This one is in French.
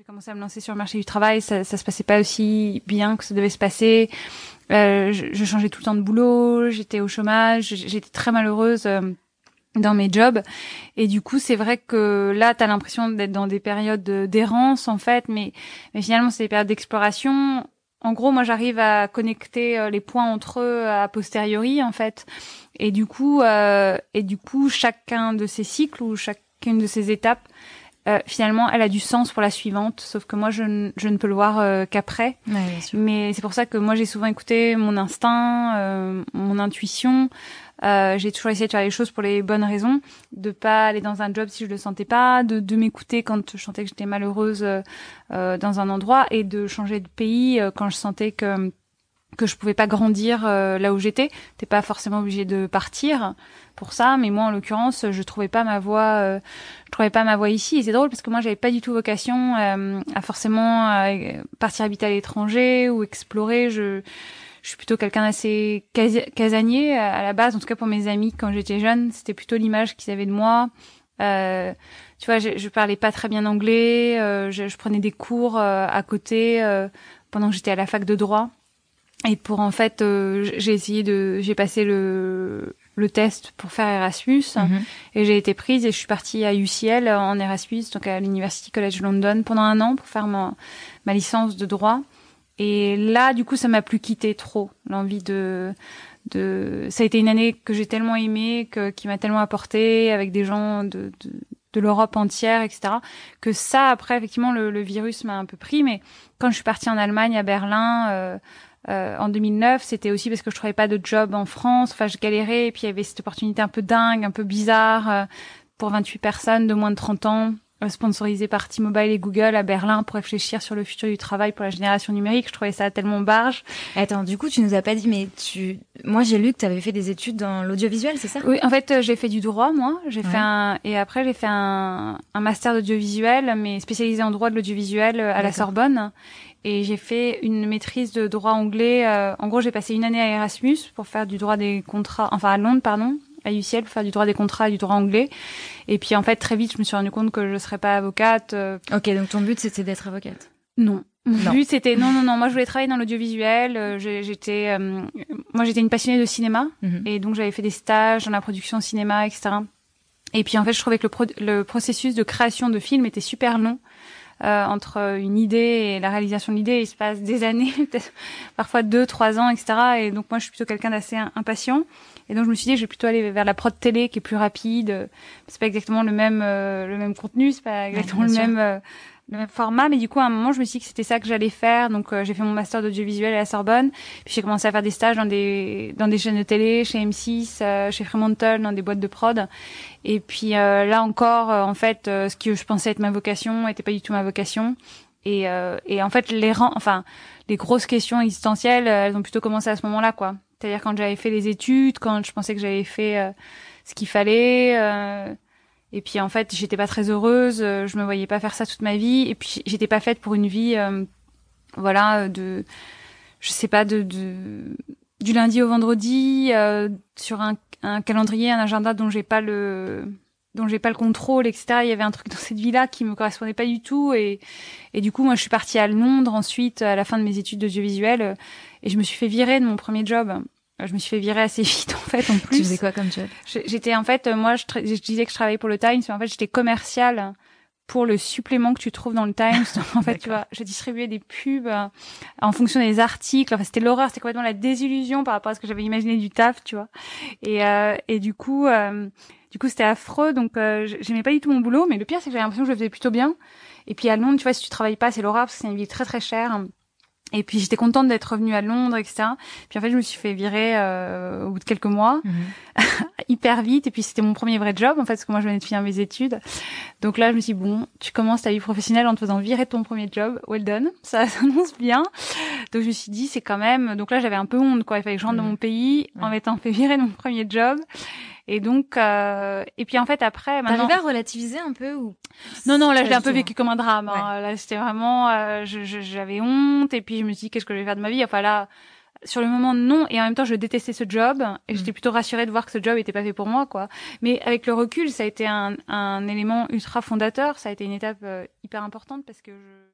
commencé à me lancer sur le marché du travail, ça se passait pas aussi bien que ça devait se passer. Je changeais tout le temps de boulot, j'étais au chômage, j'étais très malheureuse dans mes jobs. Et du coup, c'est vrai que là, t'as l'impression d'être dans des périodes d'errance, en fait, mais finalement, c'est des périodes d'exploration. En gros, moi, j'arrive à connecter les points entre eux a posteriori, en fait. Et du coup, chacun de ces cycles ou chacune de ces étapes, finalement, elle a du sens pour la suivante. Sauf que moi, je ne peux le voir qu'après. Ouais, bien sûr. Mais c'est pour ça que moi, j'ai souvent écouté mon instinct, mon intuition. J'ai toujours essayé de faire les choses pour les bonnes raisons, de pas aller dans un job si je le sentais pas, de m'écouter quand je sentais que j'étais malheureuse dans un endroit, et de changer de pays quand je sentais que je pouvais pas grandir là où j'étais. T'es pas forcément obligé de partir pour ça, mais moi en l'occurrence, je trouvais pas ma voie ici. Et c'est drôle parce que moi j'avais pas du tout vocation à forcément partir habiter à l'étranger ou explorer. Je suis plutôt quelqu'un d'assez casanier à la base, en tout cas pour mes amis quand j'étais jeune, c'était plutôt l'image qu'ils avaient de moi. Tu vois, je parlais pas très bien anglais, je prenais des cours à côté pendant que j'étais à la fac de droit. Et pour en fait, j'ai passé le test pour faire Erasmus et j'ai été prise et je suis partie à UCL en Erasmus, donc à l'University College London pendant 1 an pour faire ma licence de droit. Et là, du coup, ça m'a plus quitté trop l'envie ça a été une année que j'ai tellement aimée, qui m'a tellement apporté avec des gens de l'Europe entière, etc. Que ça, après, effectivement, le virus m'a un peu pris. Mais quand je suis partie en Allemagne, à Berlin, en 2009, c'était aussi parce que je trouvais pas de job en France. Enfin, je galérais. Et puis, il y avait cette opportunité un peu dingue, un peu bizarre, pour 28 personnes de moins de 30 ans, sponsorisée par T-Mobile et Google à Berlin pour réfléchir sur le futur du travail pour la génération numérique. Je trouvais ça tellement barge. Attends, du coup, tu nous as pas dit, mais moi, j'ai lu que tu avais fait des études dans l'audiovisuel, c'est ça? Oui, en fait, j'ai fait du droit, moi. Et après, j'ai fait un master d'audiovisuel, mais spécialisé en droit de l'audiovisuel à la Sorbonne. Et j'ai fait une maîtrise de droit anglais. En gros, j'ai passé 1 année à Erasmus pour faire du droit des contrats, enfin à Londres, pardon, à UCL pour faire du droit des contrats et du droit anglais. Et puis en fait, très vite, je me suis rendu compte que je serais pas avocate. Ok, donc ton but c'était d'être avocate? Non. Mon but c'était non. Moi, je voulais travailler dans l'audiovisuel. J'étais une passionnée de cinéma et donc j'avais fait des stages dans la production cinéma, etc. Et puis en fait, je trouvais que le processus de création de films était super long. Entre une idée et la réalisation de l'idée, il se passe des années, peut-être parfois 2-3 ans, etc. Et donc moi, je suis plutôt quelqu'un d'assez impatient. Et donc je me suis dit, je vais plutôt aller vers la prod télé, qui est plus rapide. C'est pas exactement le même contenu, c'est pas exactement le même format, mais du coup à un moment je me suis dit que c'était ça que j'allais faire. Donc j'ai fait mon master d'audiovisuel à la Sorbonne, puis j'ai commencé à faire des stages dans des chaînes de télé, chez M6, chez Fremantle, dans des boîtes de prod. Et puis là encore, en fait, ce que je pensais être ma vocation était pas du tout ma vocation. Et en fait, les grosses questions existentielles, elles ont plutôt commencé à ce moment-là, quoi. C'est-à-dire quand j'avais fait les études, quand je pensais que j'avais fait ce qu'il fallait. Et puis en fait, j'étais pas très heureuse. Je me voyais pas faire ça toute ma vie. Et puis j'étais pas faite pour une vie, je sais pas, du lundi au vendredi, sur un calendrier, un agenda dont j'ai pas le contrôle, etc. Il y avait un truc dans cette vie-là qui me correspondait pas du tout, et du coup, moi, je suis partie à Londres ensuite, à la fin de mes études d'audiovisuel, et je me suis fait virer de mon premier job. Je me suis fait virer assez vite, en fait, en plus. Tu faisais quoi comme job? J'étais, en fait, moi, je disais que je travaillais pour le Times, mais en fait, j'étais commerciale pour le supplément que tu trouves dans le Times. En fait, tu vois, je distribuais des pubs en fonction des articles. Enfin, c'était l'horreur, c'était complètement la désillusion par rapport à ce que j'avais imaginé du taf, tu vois. Et du coup, c'était affreux. Donc, j'aimais pas du tout mon boulot. Mais le pire, c'est que j'avais l'impression que je le faisais plutôt bien. Et puis à Londres, tu vois, si tu travailles pas, c'est l'horreur parce que c'est une ville très très chère. Et puis j'étais contente d'être revenue à Londres, etc. Puis en fait, je me suis fait virer au bout de quelques mois, hyper vite. Et puis c'était mon premier vrai job, en fait, parce que moi, je venais de finir mes études. Donc là, je me suis dit, bon, tu commences ta vie professionnelle en te faisant virer de ton premier job. Well done, ça s'annonce bien. Donc je me suis dit, c'est quand même... Donc là, j'avais un peu honte, quoi. Il fallait que je rentre dans mon pays en m'étant fait virer de mon premier job. Et donc, et puis en fait après, maintenant. T'arrivais à relativiser un peu ou? Non, là, je l'ai un peu vécu comme un drame. Hein. Là, c'était vraiment, j'avais honte, et puis je me suis dit, qu'est-ce que je vais faire de ma vie? Enfin là, sur le moment, non. Et en même temps, je détestais ce job, et j'étais plutôt rassurée de voir que ce job était pas fait pour moi, quoi. Mais avec le recul, ça a été un élément ultra fondateur. Ça a été une étape hyper importante parce que